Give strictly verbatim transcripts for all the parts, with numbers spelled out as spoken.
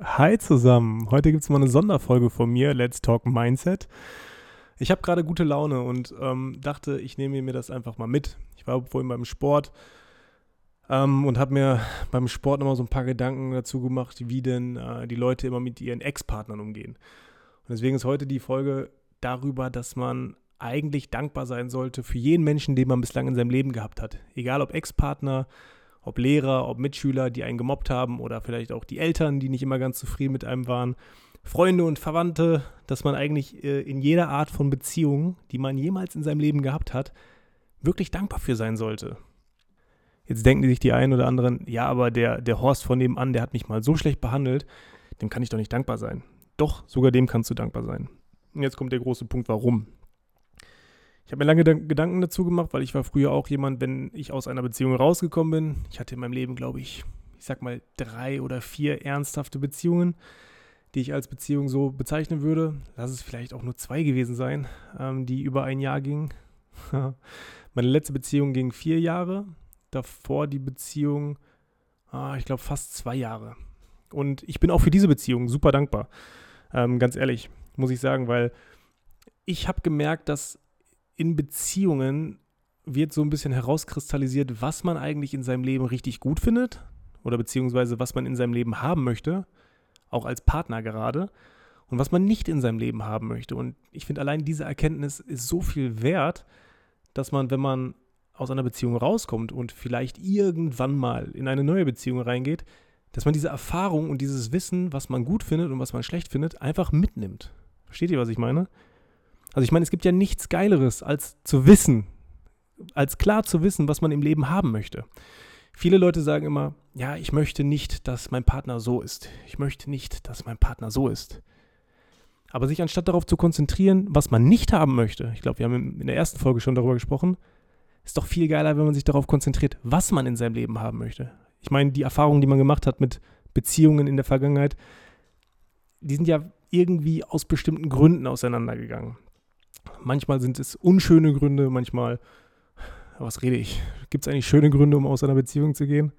Hi zusammen, heute gibt es mal eine Sonderfolge von mir, Let's Talk Mindset. Ich habe gerade gute Laune und ähm, dachte, ich nehme mir das einfach mal mit. Ich war vorhin beim Sport ähm, und habe mir beim Sport nochmal so ein paar Gedanken dazu gemacht, wie denn äh, die Leute immer mit ihren Ex-Partnern umgehen. Und deswegen ist heute die Folge darüber, dass man eigentlich dankbar sein sollte für jeden Menschen, den man bislang in seinem Leben gehabt hat. Egal ob Ex-Partner, ob Lehrer, ob Mitschüler, die einen gemobbt haben oder vielleicht auch die Eltern, die nicht immer ganz zufrieden mit einem waren, Freunde und Verwandte, dass man eigentlich äh, in jeder Art von Beziehung, die man jemals in seinem Leben gehabt hat, wirklich dankbar für sein sollte. Jetzt denken sich die einen oder anderen, ja, aber der, der Horst von nebenan, der hat mich mal so schlecht behandelt, dem kann ich doch nicht dankbar sein. Doch, sogar dem kannst du dankbar sein. Und jetzt kommt der große Punkt, warum. Ich habe mir lange Gedanken dazu gemacht, weil ich war früher auch jemand, wenn ich aus einer Beziehung rausgekommen bin. Ich hatte in meinem Leben, glaube ich, ich sag mal drei oder vier ernsthafte Beziehungen, die ich als Beziehung so bezeichnen würde. Lass es vielleicht auch nur zwei gewesen sein, ähm, die über ein Jahr gingen. Meine letzte Beziehung ging vier Jahre. Davor die Beziehung, ah, ich glaube, fast zwei Jahre. Und ich bin auch für diese Beziehung super dankbar. Ähm, ganz ehrlich, muss ich sagen, weil ich habe gemerkt, dass in Beziehungen wird so ein bisschen herauskristallisiert, was man eigentlich in seinem Leben richtig gut findet oder beziehungsweise was man in seinem Leben haben möchte, auch als Partner gerade, und was man nicht in seinem Leben haben möchte. Und ich finde, allein diese Erkenntnis ist so viel wert, dass man, wenn man aus einer Beziehung rauskommt und vielleicht irgendwann mal in eine neue Beziehung reingeht, dass man diese Erfahrung und dieses Wissen, was man gut findet und was man schlecht findet, einfach mitnimmt. Versteht ihr, was ich meine? Also ich meine, es gibt ja nichts Geileres, als zu wissen, als klar zu wissen, was man im Leben haben möchte. Viele Leute sagen immer, ja, ich möchte nicht, dass mein Partner so ist. Ich möchte nicht, dass mein Partner so ist. Aber sich anstatt darauf zu konzentrieren, was man nicht haben möchte, ich glaube, wir haben in der ersten Folge schon darüber gesprochen, ist doch viel geiler, wenn man sich darauf konzentriert, was man in seinem Leben haben möchte. Ich meine, die Erfahrungen, die man gemacht hat mit Beziehungen in der Vergangenheit, die sind ja irgendwie aus bestimmten Gründen auseinandergegangen. Manchmal sind es unschöne Gründe, manchmal, was rede ich, gibt es eigentlich schöne Gründe, um aus einer Beziehung zu gehen?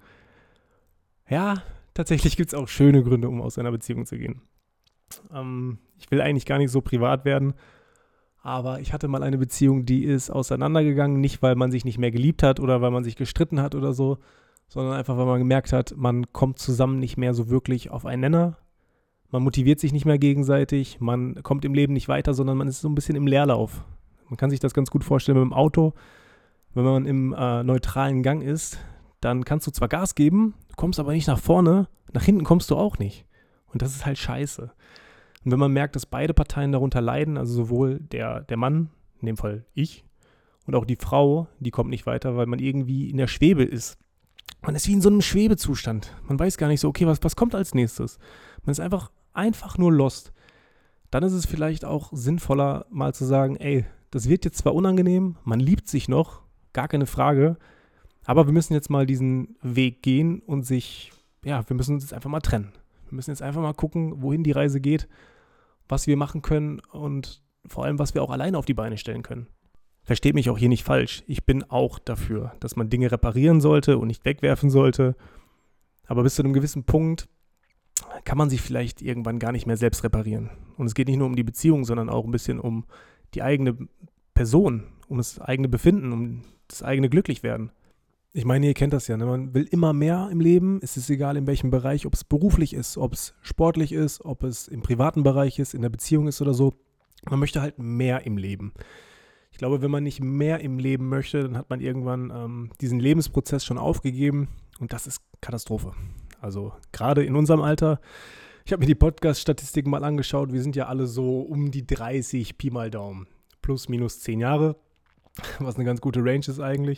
Ja, tatsächlich gibt es auch schöne Gründe, um aus einer Beziehung zu gehen. Ähm, ich will eigentlich gar nicht so privat werden, aber ich hatte mal eine Beziehung, die ist auseinandergegangen, nicht weil man sich nicht mehr geliebt hat oder weil man sich gestritten hat oder so, sondern einfach, weil man gemerkt hat, man kommt zusammen nicht mehr so wirklich auf einen Nenner. Man motiviert sich nicht mehr gegenseitig, man kommt im Leben nicht weiter, sondern man ist so ein bisschen im Leerlauf. Man kann sich das ganz gut vorstellen mit dem Auto. Wenn man im äh, neutralen Gang ist, dann kannst du zwar Gas geben, du kommst aber nicht nach vorne, nach hinten kommst du auch nicht. Und das ist halt scheiße. Und wenn man merkt, dass beide Parteien darunter leiden, also sowohl der, der Mann, in dem Fall ich, und auch die Frau, die kommt nicht weiter, weil man irgendwie in der Schwebe ist. Man ist wie in so einem Schwebezustand. Man weiß gar nicht so, okay, was, was kommt als nächstes? Man ist einfach, einfach nur lost. Dann ist es vielleicht auch sinnvoller, mal zu sagen, ey, das wird jetzt zwar unangenehm, man liebt sich noch, gar keine Frage, aber wir müssen jetzt mal diesen Weg gehen und sich, ja, wir müssen uns jetzt einfach mal trennen. Wir müssen jetzt einfach mal gucken, wohin die Reise geht, was wir machen können und vor allem, was wir auch alleine auf die Beine stellen können. Versteht mich auch hier nicht falsch. Ich bin auch dafür, dass man Dinge reparieren sollte und nicht wegwerfen sollte. Aber bis zu einem gewissen Punkt kann man sich vielleicht irgendwann gar nicht mehr selbst reparieren. Und es geht nicht nur um die Beziehung, sondern auch ein bisschen um die eigene Person, um das eigene Befinden, um das eigene Glücklichwerden. Ich meine, ihr kennt das ja, ne? Man will immer mehr im Leben. Es ist egal, in welchem Bereich, ob es beruflich ist, ob es sportlich ist, ob es im privaten Bereich ist, in der Beziehung ist oder so. Man möchte halt mehr im Leben. Ich glaube, wenn man nicht mehr im Leben möchte, dann hat man irgendwann ähm, diesen Lebensprozess schon aufgegeben und das ist Katastrophe. Also gerade in unserem Alter, ich habe mir die Podcast-Statistiken mal angeschaut, wir sind ja alle so um die dreißig, Pi mal Daumen, plus minus zehn Jahre, was eine ganz gute Range ist eigentlich.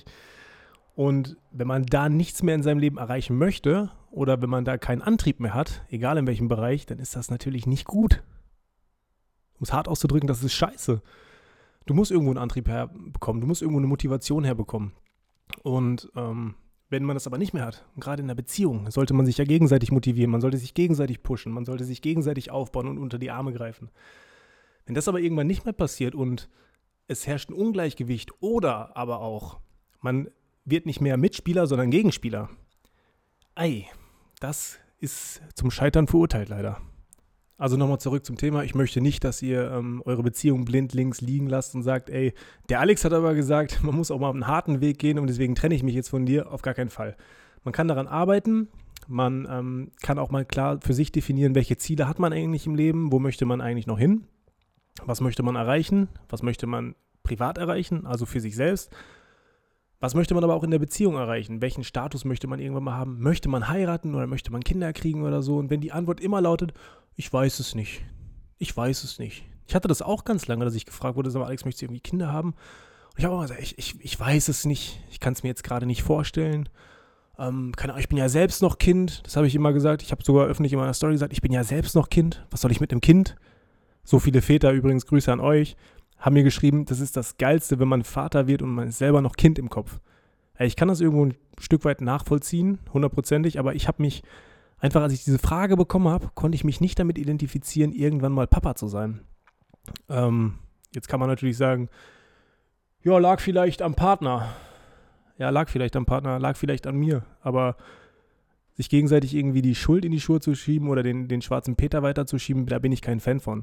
Und wenn man da nichts mehr in seinem Leben erreichen möchte oder wenn man da keinen Antrieb mehr hat, egal in welchem Bereich, dann ist das natürlich nicht gut. Um es hart auszudrücken, das ist scheiße. Du musst irgendwo einen Antrieb herbekommen, du musst irgendwo eine Motivation herbekommen. Und ähm, wenn man das aber nicht mehr hat, gerade in einer Beziehung, sollte man sich ja gegenseitig motivieren, man sollte sich gegenseitig pushen, man sollte sich gegenseitig aufbauen und unter die Arme greifen. Wenn das aber irgendwann nicht mehr passiert und es herrscht ein Ungleichgewicht oder aber auch, man wird nicht mehr Mitspieler, sondern Gegenspieler, ei, das ist zum Scheitern verurteilt leider. Also nochmal zurück zum Thema. Ich möchte nicht, dass ihr ähm, eure Beziehung blind links liegen lasst und sagt, ey, der Alex hat aber gesagt, man muss auch mal auf einen harten Weg gehen und deswegen trenne ich mich jetzt von dir. Auf gar keinen Fall. Man kann daran arbeiten. Man ähm, kann auch mal klar für sich definieren, welche Ziele hat man eigentlich im Leben, wo möchte man eigentlich noch hin, was möchte man erreichen, was möchte man privat erreichen, also für sich selbst. Was möchte man aber auch in der Beziehung erreichen? Welchen Status möchte man irgendwann mal haben? Möchte man heiraten oder möchte man Kinder kriegen oder so? Und wenn die Antwort immer lautet, ich weiß es nicht. Ich weiß es nicht. Ich hatte das auch ganz lange, dass ich gefragt wurde, sag mal, Alex, möchtest du irgendwie Kinder haben? Und ich habe auch mal gesagt, ich, ich, ich weiß es nicht. Ich kann es mir jetzt gerade nicht vorstellen. Ähm, keine Ahnung, ich bin ja selbst noch Kind. Das habe ich immer gesagt. Ich habe sogar öffentlich in meiner Story gesagt, ich bin ja selbst noch Kind. Was soll ich mit einem Kind? So viele Väter, übrigens Grüße an euch, haben mir geschrieben, das ist das Geilste, wenn man Vater wird und man ist selber noch Kind im Kopf. Ich kann das irgendwo ein Stück weit nachvollziehen, hundertprozentig, aber ich habe mich einfach, als ich diese Frage bekommen habe, konnte ich mich nicht damit identifizieren, irgendwann mal Papa zu sein. Ähm, jetzt kann man natürlich sagen, ja, lag vielleicht am Partner. Ja, lag vielleicht am Partner, lag vielleicht an mir, aber sich gegenseitig irgendwie die Schuld in die Schuhe zu schieben oder den, den schwarzen Peter weiterzuschieben, da bin ich kein Fan von.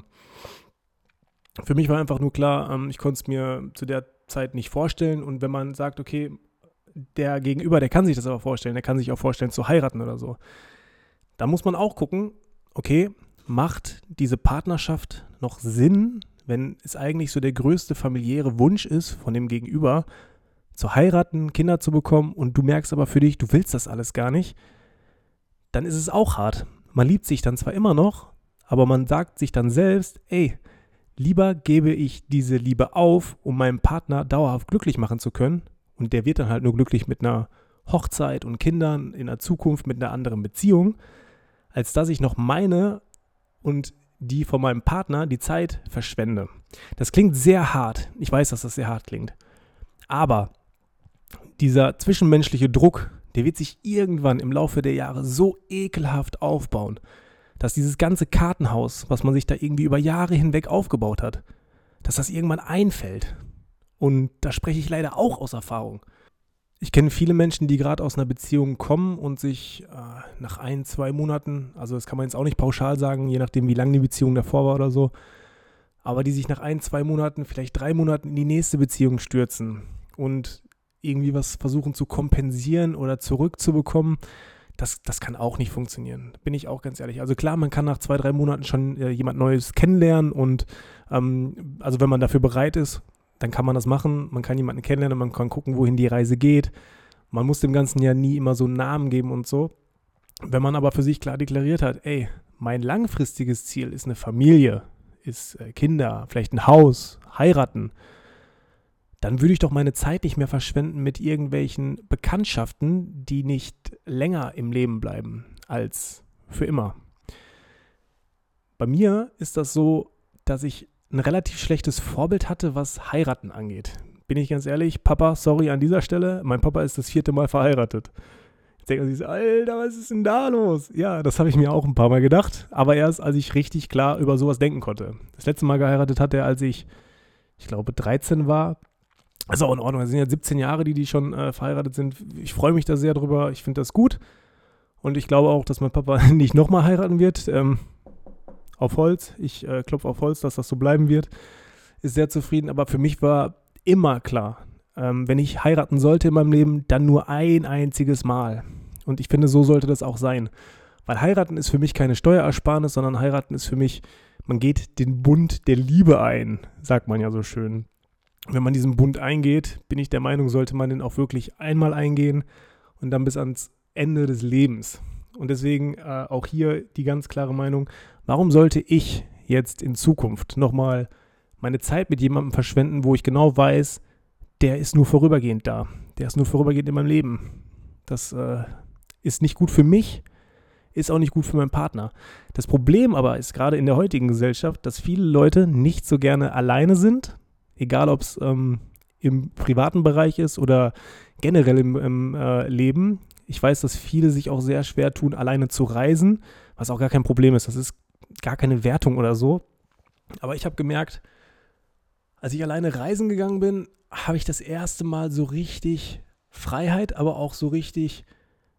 Für mich war einfach nur klar, ähm, ich konnte es mir zu der Zeit nicht vorstellen. Und wenn man sagt, okay, der Gegenüber, der kann sich das aber vorstellen, der kann sich auch vorstellen zu heiraten oder so, dann muss man auch gucken, okay, macht diese Partnerschaft noch Sinn, wenn es eigentlich so der größte familiäre Wunsch ist von dem Gegenüber, zu heiraten, Kinder zu bekommen und du merkst aber für dich, du willst das alles gar nicht, dann ist es auch hart. Man liebt sich dann zwar immer noch, aber man sagt sich dann selbst, ey, lieber gebe ich diese Liebe auf, um meinen Partner dauerhaft glücklich machen zu können. Und der wird dann halt nur glücklich mit einer Hochzeit und Kindern in der Zukunft, mit einer anderen Beziehung, als dass ich noch meine und die von meinem Partner die Zeit verschwende. Das klingt sehr hart. Ich weiß, dass das sehr hart klingt. Aber dieser zwischenmenschliche Druck, der wird sich irgendwann im Laufe der Jahre so ekelhaft aufbauen, dass dieses ganze Kartenhaus, was man sich da irgendwie über Jahre hinweg aufgebaut hat, dass das irgendwann einfällt. Und da spreche ich leider auch aus Erfahrung. Ich kenne viele Menschen, die gerade aus einer Beziehung kommen und sich äh, nach ein, zwei Monaten, also das kann man jetzt auch nicht pauschal sagen, je nachdem wie lang die Beziehung davor war oder so, aber die sich nach ein, zwei Monaten, vielleicht drei Monaten in die nächste Beziehung stürzen und irgendwie was versuchen zu kompensieren oder zurückzubekommen. Das, das kann auch nicht funktionieren, bin ich auch ganz ehrlich. Also klar, man kann nach zwei, drei Monaten schon äh, jemand Neues kennenlernen und ähm, also wenn man dafür bereit ist, dann kann man das machen. Man kann jemanden kennenlernen, man kann gucken, wohin die Reise geht. Man muss dem Ganzen ja nie immer so einen Namen geben und so. Wenn man aber für sich klar deklariert hat, ey, mein langfristiges Ziel ist eine Familie, ist äh, Kinder, vielleicht ein Haus, heiraten, dann würde ich doch meine Zeit nicht mehr verschwenden mit irgendwelchen Bekanntschaften, die nicht länger im Leben bleiben als für immer. Bei mir ist das so, dass ich ein relativ schlechtes Vorbild hatte, was Heiraten angeht. Bin ich ganz ehrlich, Papa, sorry an dieser Stelle, mein Papa ist das vierte Mal verheiratet. Jetzt denken Sie so, Alter, was ist denn da los? Ja, das habe ich mir auch ein paar Mal gedacht, aber erst, als ich richtig klar über sowas denken konnte. Das letzte Mal geheiratet hat er, als ich, ich glaube, dreizehn war. Das ist auch in Ordnung, das sind ja siebzehn Jahre, die, die schon äh, verheiratet sind. Ich freue mich da sehr drüber, ich finde das gut. Und ich glaube auch, dass mein Papa nicht nochmal heiraten wird. Ähm, auf Holz, ich äh, klopfe auf Holz, dass das so bleiben wird. Ist sehr zufrieden, aber für mich war immer klar, ähm, wenn ich heiraten sollte in meinem Leben, dann nur ein einziges Mal. Und ich finde, so sollte das auch sein. Weil heiraten ist für mich keine Steuerersparnis, sondern heiraten ist für mich, man geht den Bund der Liebe ein, sagt man ja so schön. Wenn man diesen Bund eingeht, bin ich der Meinung, sollte man den auch wirklich einmal eingehen und dann bis ans Ende des Lebens. Und deswegen äh, auch hier die ganz klare Meinung, warum sollte ich jetzt in Zukunft nochmal meine Zeit mit jemandem verschwenden, wo ich genau weiß, der ist nur vorübergehend da, der ist nur vorübergehend in meinem Leben. Das äh, ist nicht gut für mich, ist auch nicht gut für meinen Partner. Das Problem aber ist gerade in der heutigen Gesellschaft, dass viele Leute nicht so gerne alleine sind, egal ob es ähm, im privaten Bereich ist oder generell im, im äh, Leben. Ich weiß, dass viele sich auch sehr schwer tun, alleine zu reisen, was auch gar kein Problem ist. Das ist gar keine Wertung oder so. Aber ich habe gemerkt, als ich alleine reisen gegangen bin, habe ich das erste Mal so richtig Freiheit, aber auch so richtig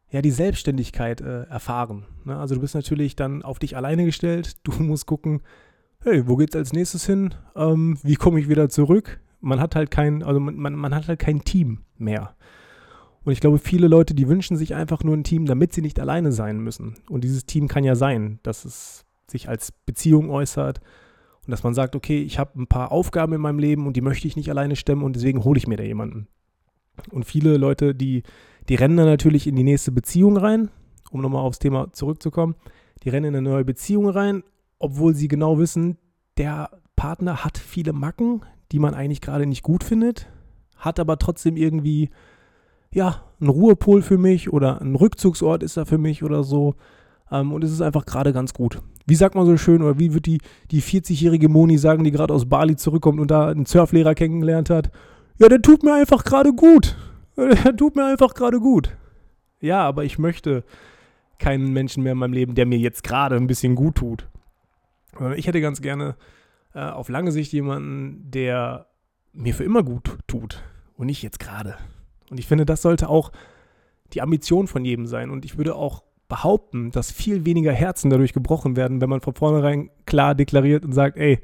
ja, die Selbstständigkeit äh, erfahren. Ne? Also du bist natürlich dann auf dich alleine gestellt. Du musst gucken, hey, wo geht's als nächstes hin? Ähm, wie komme ich wieder zurück? Man hat halt kein, also man, man, man hat halt kein Team mehr. Und ich glaube, viele Leute, die wünschen sich einfach nur ein Team, damit sie nicht alleine sein müssen. Und dieses Team kann ja sein, dass es sich als Beziehung äußert und dass man sagt, okay, ich habe ein paar Aufgaben in meinem Leben und die möchte ich nicht alleine stemmen und deswegen hole ich mir da jemanden. Und viele Leute, die, die rennen dann natürlich in die nächste Beziehung rein, um nochmal aufs Thema zurückzukommen, die rennen in eine neue Beziehung rein, obwohl sie genau wissen, der Partner hat viele Macken, die man eigentlich gerade nicht gut findet, hat aber trotzdem irgendwie, ja, einen Ruhepol für mich oder ein Rückzugsort ist er für mich oder so. Ähm, und es ist einfach gerade ganz gut. Wie sagt man so schön, oder wie wird die, die vierzig-jährige Moni sagen, die gerade aus Bali zurückkommt und da einen Surflehrer kennengelernt hat? Ja, der tut mir einfach gerade gut. Der tut mir einfach gerade gut. Ja, aber ich möchte keinen Menschen mehr in meinem Leben, der mir jetzt gerade ein bisschen gut tut. Ich hätte ganz gerne äh, auf lange Sicht jemanden, der mir für immer gut tut und nicht jetzt gerade. Und ich finde, das sollte auch die Ambition von jedem sein. Und ich würde auch behaupten, dass viel weniger Herzen dadurch gebrochen werden, wenn man von vornherein klar deklariert und sagt, ey,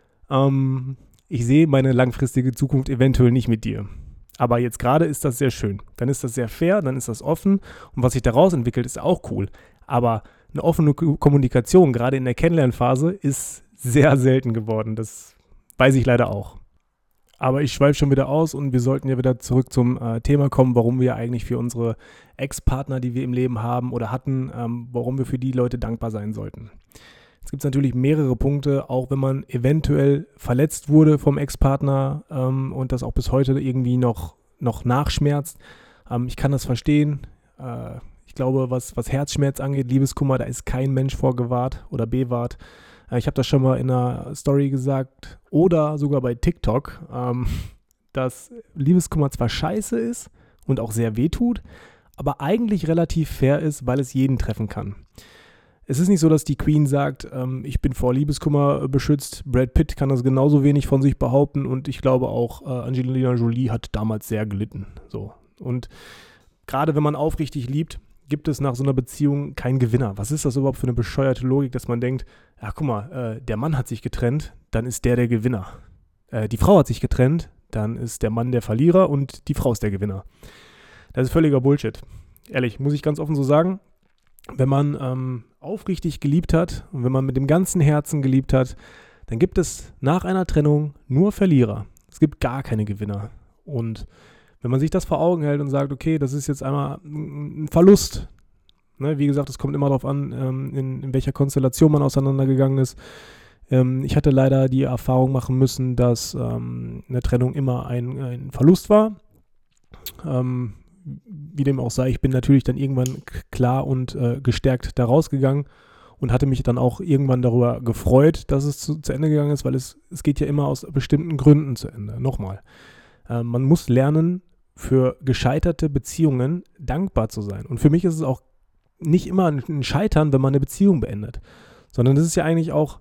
ähm, ich sehe meine langfristige Zukunft eventuell nicht mit dir. Aber jetzt gerade ist das sehr schön. Dann ist das sehr fair, dann ist das offen. Und was sich daraus entwickelt, ist auch cool. Aber eine offene Kommunikation, gerade in der Kennenlernphase, ist sehr selten geworden. Das weiß ich leider auch. Aber ich schweife schon wieder aus und wir sollten ja wieder zurück zum äh, Thema kommen, warum wir eigentlich für unsere Ex-Partner, die wir im Leben haben oder hatten, ähm, warum wir für die Leute dankbar sein sollten. Es gibt natürlich mehrere Punkte, auch wenn man eventuell verletzt wurde vom Ex-Partner ähm, und das auch bis heute irgendwie noch, noch nachschmerzt. Ähm, ich kann das verstehen. Äh, ich glaube, was, was Herzschmerz angeht, Liebeskummer, da ist kein Mensch vorgewahrt oder bewahrt. Ich habe das schon mal in einer Story gesagt oder sogar bei TikTok, ähm, dass Liebeskummer zwar scheiße ist und auch sehr wehtut, aber eigentlich relativ fair ist, weil es jeden treffen kann. Es ist nicht so, dass die Queen sagt, ähm, ich bin vor Liebeskummer beschützt. Brad Pitt kann das genauso wenig von sich behaupten und ich glaube auch, äh, Angelina Jolie hat damals sehr gelitten. So. Und gerade wenn man aufrichtig liebt, gibt es nach so einer Beziehung keinen Gewinner. Was ist das überhaupt für eine bescheuerte Logik, dass man denkt, ja guck mal, äh, der Mann hat sich getrennt, dann ist der der Gewinner. Äh, die Frau hat sich getrennt, dann ist der Mann der Verlierer und die Frau ist der Gewinner. Das ist völliger Bullshit. Ehrlich, muss ich ganz offen so sagen. Wenn man ähm, aufrichtig geliebt hat und wenn man mit dem ganzen Herzen geliebt hat, dann gibt es nach einer Trennung nur Verlierer. Es gibt gar keine Gewinner. Und wenn man sich das vor Augen hält und sagt, okay, das ist jetzt einmal ein Verlust. Ne, wie gesagt, es kommt immer darauf an, ähm, in, in welcher Konstellation man auseinandergegangen ist. Ähm, ich hatte leider die Erfahrung machen müssen, dass ähm, eine Trennung immer ein, ein Verlust war. Ähm, wie dem auch sei, ich bin natürlich dann irgendwann klar und äh, gestärkt da rausgegangen und hatte mich dann auch irgendwann darüber gefreut, dass es zu, zu Ende gegangen ist, weil es, es geht ja immer aus bestimmten Gründen zu Ende. Nochmal. Äh, man muss lernen, für gescheiterte Beziehungen dankbar zu sein. Und für mich ist es auch nicht immer ein Scheitern, wenn man eine Beziehung beendet, sondern das ist ja eigentlich auch,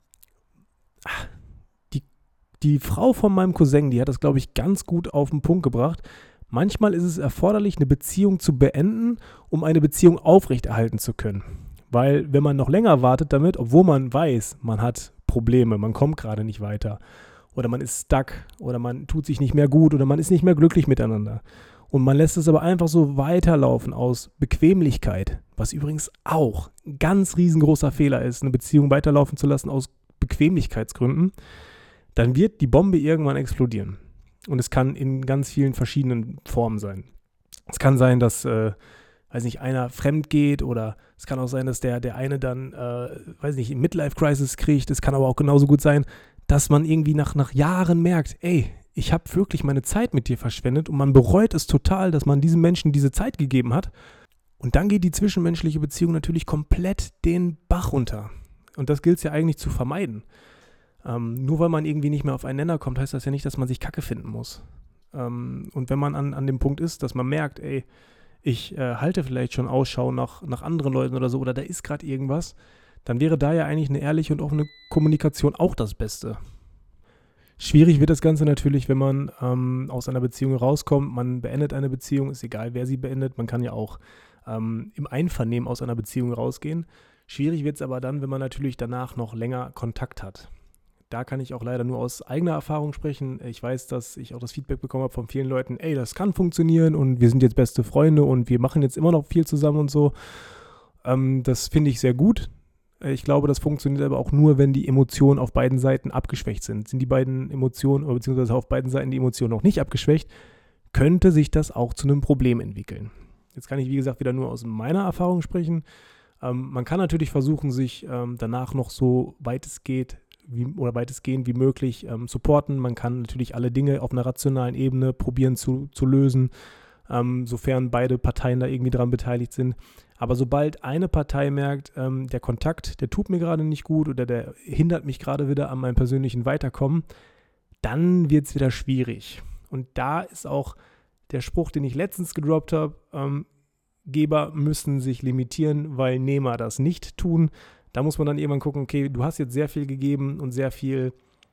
ach, die, die Frau von meinem Cousin, die hat das, glaube ich, ganz gut auf den Punkt gebracht. Manchmal ist es erforderlich, eine Beziehung zu beenden, um eine Beziehung aufrechterhalten zu können. Weil wenn man noch länger wartet damit, obwohl man weiß, man hat Probleme, man kommt gerade nicht weiter, oder man ist stuck oder man tut sich nicht mehr gut oder man ist nicht mehr glücklich miteinander. Und man lässt es aber einfach so weiterlaufen aus Bequemlichkeit, was übrigens auch ein ganz riesengroßer Fehler ist, eine Beziehung weiterlaufen zu lassen aus Bequemlichkeitsgründen, dann wird die Bombe irgendwann explodieren. Und es kann in ganz vielen verschiedenen Formen sein. Es kann sein, dass, äh, weiß nicht, einer fremd geht oder es kann auch sein, dass der, der eine dann, äh, weiß nicht, eine Midlife-Crisis kriegt. Es kann aber auch genauso gut sein, dass man irgendwie nach, nach Jahren merkt, ey, ich habe wirklich meine Zeit mit dir verschwendet und man bereut es total, dass man diesem Menschen diese Zeit gegeben hat. Und dann geht die zwischenmenschliche Beziehung natürlich komplett den Bach runter. Und das gilt es ja eigentlich zu vermeiden. Ähm, nur weil man irgendwie nicht mehr auf einen Nenner kommt, heißt das ja nicht, dass man sich Kacke finden muss. Ähm, und wenn man an, an dem Punkt ist, dass man merkt, ey, ich äh, halte vielleicht schon Ausschau nach, nach anderen Leuten oder so, oder da ist gerade irgendwas, dann wäre da ja eigentlich eine ehrliche und offene Kommunikation auch das Beste. Schwierig wird das Ganze natürlich, wenn man ähm, aus einer Beziehung rauskommt, man beendet eine Beziehung, ist egal, wer sie beendet, man kann ja auch ähm, im Einvernehmen aus einer Beziehung rausgehen. Schwierig wird es aber dann, wenn man natürlich danach noch länger Kontakt hat. Da kann ich auch leider nur aus eigener Erfahrung sprechen. Ich weiß, dass ich auch das Feedback bekommen habe von vielen Leuten, ey, das kann funktionieren und wir sind jetzt beste Freunde und wir machen jetzt immer noch viel zusammen und so. Ähm, das finde ich sehr gut. Ich glaube, das funktioniert aber auch nur, wenn die Emotionen auf beiden Seiten abgeschwächt sind. Sind die beiden Emotionen, oder beziehungsweise auf beiden Seiten die Emotionen noch nicht abgeschwächt, könnte sich das auch zu einem Problem entwickeln. Jetzt kann ich, wie gesagt, wieder nur aus meiner Erfahrung sprechen. Ähm, man kann natürlich versuchen, sich ähm, danach noch so weit es geht, wie, oder weitestgehend wie möglich ähm, supporten. Man kann natürlich alle Dinge auf einer rationalen Ebene probieren zu, zu lösen, ähm, sofern beide Parteien da irgendwie dran beteiligt sind. Aber sobald eine Partei merkt, ähm, der Kontakt, der tut mir gerade nicht gut oder der hindert mich gerade wieder an meinem persönlichen Weiterkommen, dann wird es wieder schwierig. Und da ist auch der Spruch, den ich letztens gedroppt habe, ähm, Geber müssen sich limitieren, weil Nehmer das nicht tun. Da muss man dann irgendwann gucken, okay, du hast jetzt sehr viel gegeben und sehr viel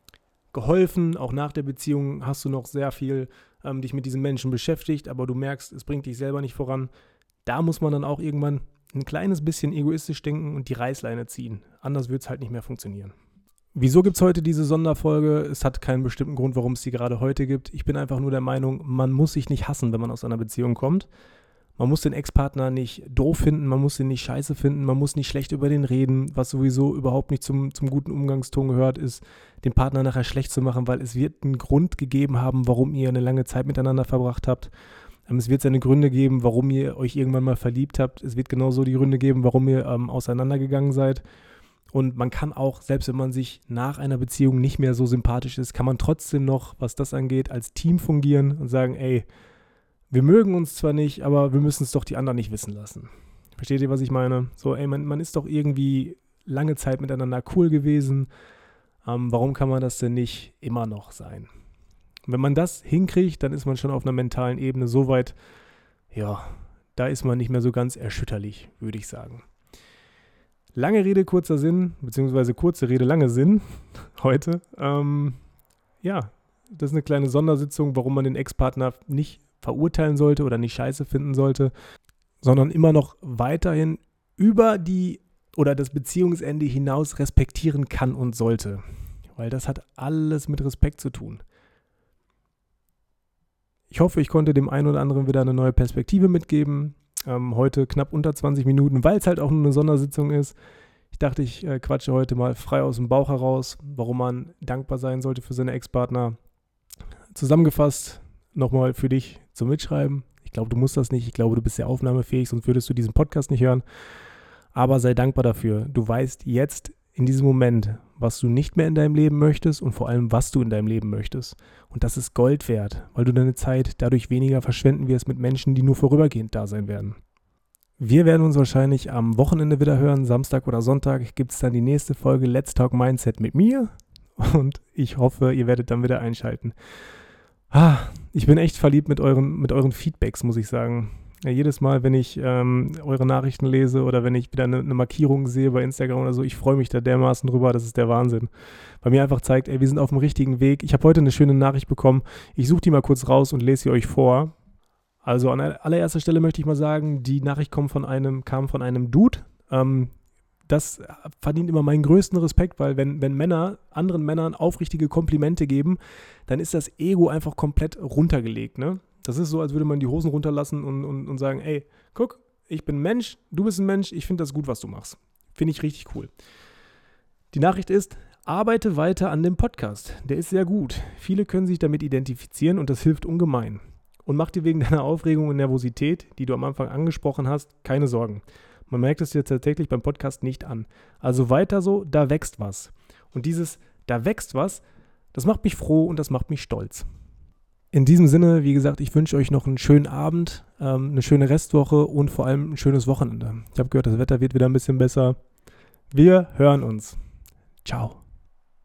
geholfen. Auch nach der Beziehung hast du noch sehr viel ähm, dich mit diesem Menschen beschäftigt, aber du merkst, es bringt dich selber nicht voran. Da muss man dann auch irgendwann ein kleines bisschen egoistisch denken und die Reißleine ziehen. Anders wird es halt nicht mehr funktionieren. Wieso gibt es heute diese Sonderfolge? Es hat keinen bestimmten Grund, warum es die gerade heute gibt. Ich bin einfach nur der Meinung, man muss sich nicht hassen, wenn man aus einer Beziehung kommt. Man muss den Ex-Partner nicht doof finden, man muss ihn nicht scheiße finden, man muss nicht schlecht über den reden. Was sowieso überhaupt nicht zum, zum guten Umgangston gehört, ist, den Partner nachher schlecht zu machen, weil es wird einen Grund gegeben haben, warum ihr eine lange Zeit miteinander verbracht habt. Es wird seine Gründe geben, warum ihr euch irgendwann mal verliebt habt. Es wird genauso die Gründe geben, warum ihr ähm, auseinandergegangen seid. Und man kann auch, selbst wenn man sich nach einer Beziehung nicht mehr so sympathisch ist, kann man trotzdem noch, was das angeht, als Team fungieren und sagen, ey, wir mögen uns zwar nicht, aber wir müssen es doch die anderen nicht wissen lassen. Versteht ihr, was ich meine? So, ey, man, man ist doch irgendwie lange Zeit miteinander cool gewesen. Ähm, warum kann man das denn nicht immer noch sein? Und wenn man das hinkriegt, dann ist man schon auf einer mentalen Ebene so weit, ja, da ist man nicht mehr so ganz erschütterlich, würde ich sagen. Lange Rede, kurzer Sinn, beziehungsweise kurze Rede, lange Sinn heute. Ähm, ja, das ist eine kleine Sondersitzung, warum man den Ex-Partner nicht verurteilen sollte oder nicht scheiße finden sollte, sondern immer noch weiterhin über die oder das Beziehungsende hinaus respektieren kann und sollte. Weil das hat alles mit Respekt zu tun. Ich hoffe, ich konnte dem einen oder anderen wieder eine neue Perspektive mitgeben. Ähm, heute knapp unter zwanzig Minuten, weil es halt auch nur eine Sondersitzung ist. Ich dachte, ich äh, quatsche heute mal frei aus dem Bauch heraus, warum man dankbar sein sollte für seine Ex-Partner. Zusammengefasst nochmal für dich zum Mitschreiben. Ich glaube, du musst das nicht. Ich glaube, du bist sehr aufnahmefähig, sonst würdest du diesen Podcast nicht hören. Aber sei dankbar dafür. Du weißt jetzt in diesem Moment, was du nicht mehr in deinem Leben möchtest und vor allem, was du in deinem Leben möchtest. Und das ist Gold wert, weil du deine Zeit dadurch weniger verschwenden wirst mit Menschen, die nur vorübergehend da sein werden. Wir werden uns wahrscheinlich am Wochenende wieder hören. Samstag oder Sonntag gibt es dann die nächste Folge Let's Talk Mindset mit mir. Und ich hoffe, ihr werdet dann wieder einschalten. Ah, ich bin echt verliebt mit euren, mit euren Feedbacks, muss ich sagen. Ja, jedes Mal, wenn ich ähm, eure Nachrichten lese oder wenn ich wieder eine, eine Markierung sehe bei Instagram oder so, ich freue mich da dermaßen drüber, das ist der Wahnsinn. Bei mir einfach zeigt, ey, wir sind auf dem richtigen Weg. Ich habe heute eine schöne Nachricht bekommen. Ich suche die mal kurz raus und lese sie euch vor. Also an allererster Stelle möchte ich mal sagen, die Nachricht kommt von einem, kam von einem Dude. Ähm, das verdient immer meinen größten Respekt, weil wenn, wenn Männer anderen Männern aufrichtige Komplimente geben, dann ist das Ego einfach komplett runtergelegt, ne? Das ist so, als würde man die Hosen runterlassen und, und, und sagen, ey, guck, ich bin ein Mensch, du bist ein Mensch, ich finde das gut, was du machst. Finde ich richtig cool. Die Nachricht ist, arbeite weiter an dem Podcast. Der ist sehr gut. Viele können sich damit identifizieren und das hilft ungemein. Und mach dir wegen deiner Aufregung und Nervosität, die du am Anfang angesprochen hast, keine Sorgen. Man merkt es dir tatsächlich beim Podcast nicht an. Also weiter so, da wächst was. Und dieses, da wächst was, das macht mich froh und das macht mich stolz. In diesem Sinne, wie gesagt, ich wünsche euch noch einen schönen Abend, ähm, eine schöne Restwoche und vor allem ein schönes Wochenende. Ich habe gehört, das Wetter wird wieder ein bisschen besser. Wir hören uns. Ciao.